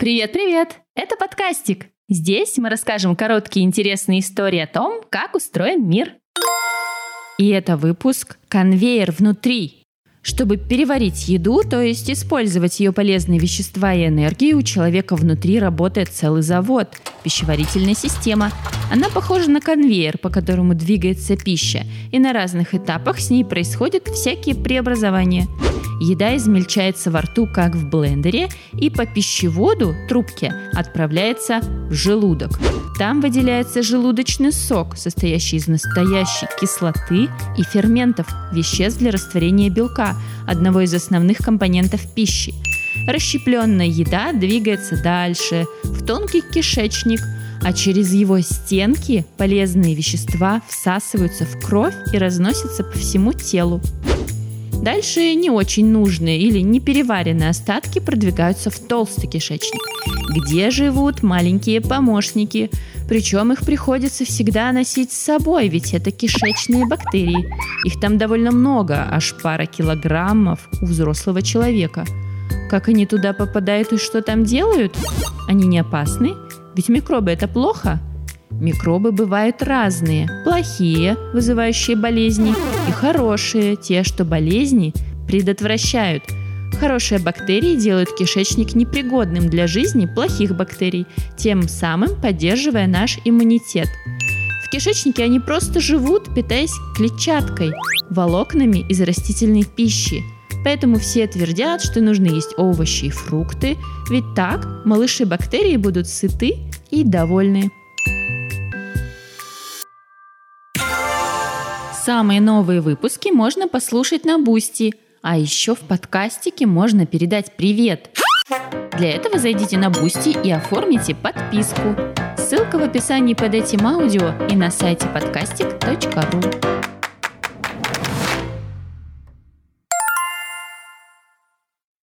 Привет-привет! Это подкастик. Здесь мы расскажем короткие интересные истории о том, как устроен мир. И это выпуск «Конвейер внутри». Чтобы переварить еду, то есть использовать ее полезные вещества и энергию, у человека внутри работает целый завод – пищеварительная система. Она похожа на конвейер, по которому двигается пища, и на разных этапах с ней происходят всякие преобразования. Еда измельчается во рту, как в блендере, и по пищеводу, трубке, отправляется в желудок. Там выделяется желудочный сок, состоящий из настоящей кислоты и ферментов, веществ для растворения белка, одного из основных компонентов пищи. Расщепленная еда двигается дальше, в тонкий кишечник, а через его стенки полезные вещества всасываются в кровь и разносятся по всему телу. Дальше не очень нужные или непереваренные остатки продвигаются в толстый кишечник, где живут маленькие помощники. Причем их приходится всегда носить с собой, ведь это кишечные бактерии. Их там довольно много, аж пара килограммов у взрослого человека. Как они туда попадают и что там делают? Они не опасны? Ведь микробы – это плохо? Микробы бывают разные. Плохие, вызывающие болезни, и хорошие, те, что болезни предотвращают. Хорошие бактерии делают кишечник непригодным для жизни плохих бактерий, тем самым поддерживая наш иммунитет. В кишечнике они просто живут, питаясь клетчаткой, волокнами из растительной пищи. Поэтому все твердят, что нужно есть овощи и фрукты, ведь так малыши бактерии будут сыты и довольны. Самые новые выпуски можно послушать на Бусти, а еще в подкастике можно передать привет. Для этого зайдите на Бусти и оформите подписку. Ссылка в описании под этим аудио и на сайте podcastic.ru.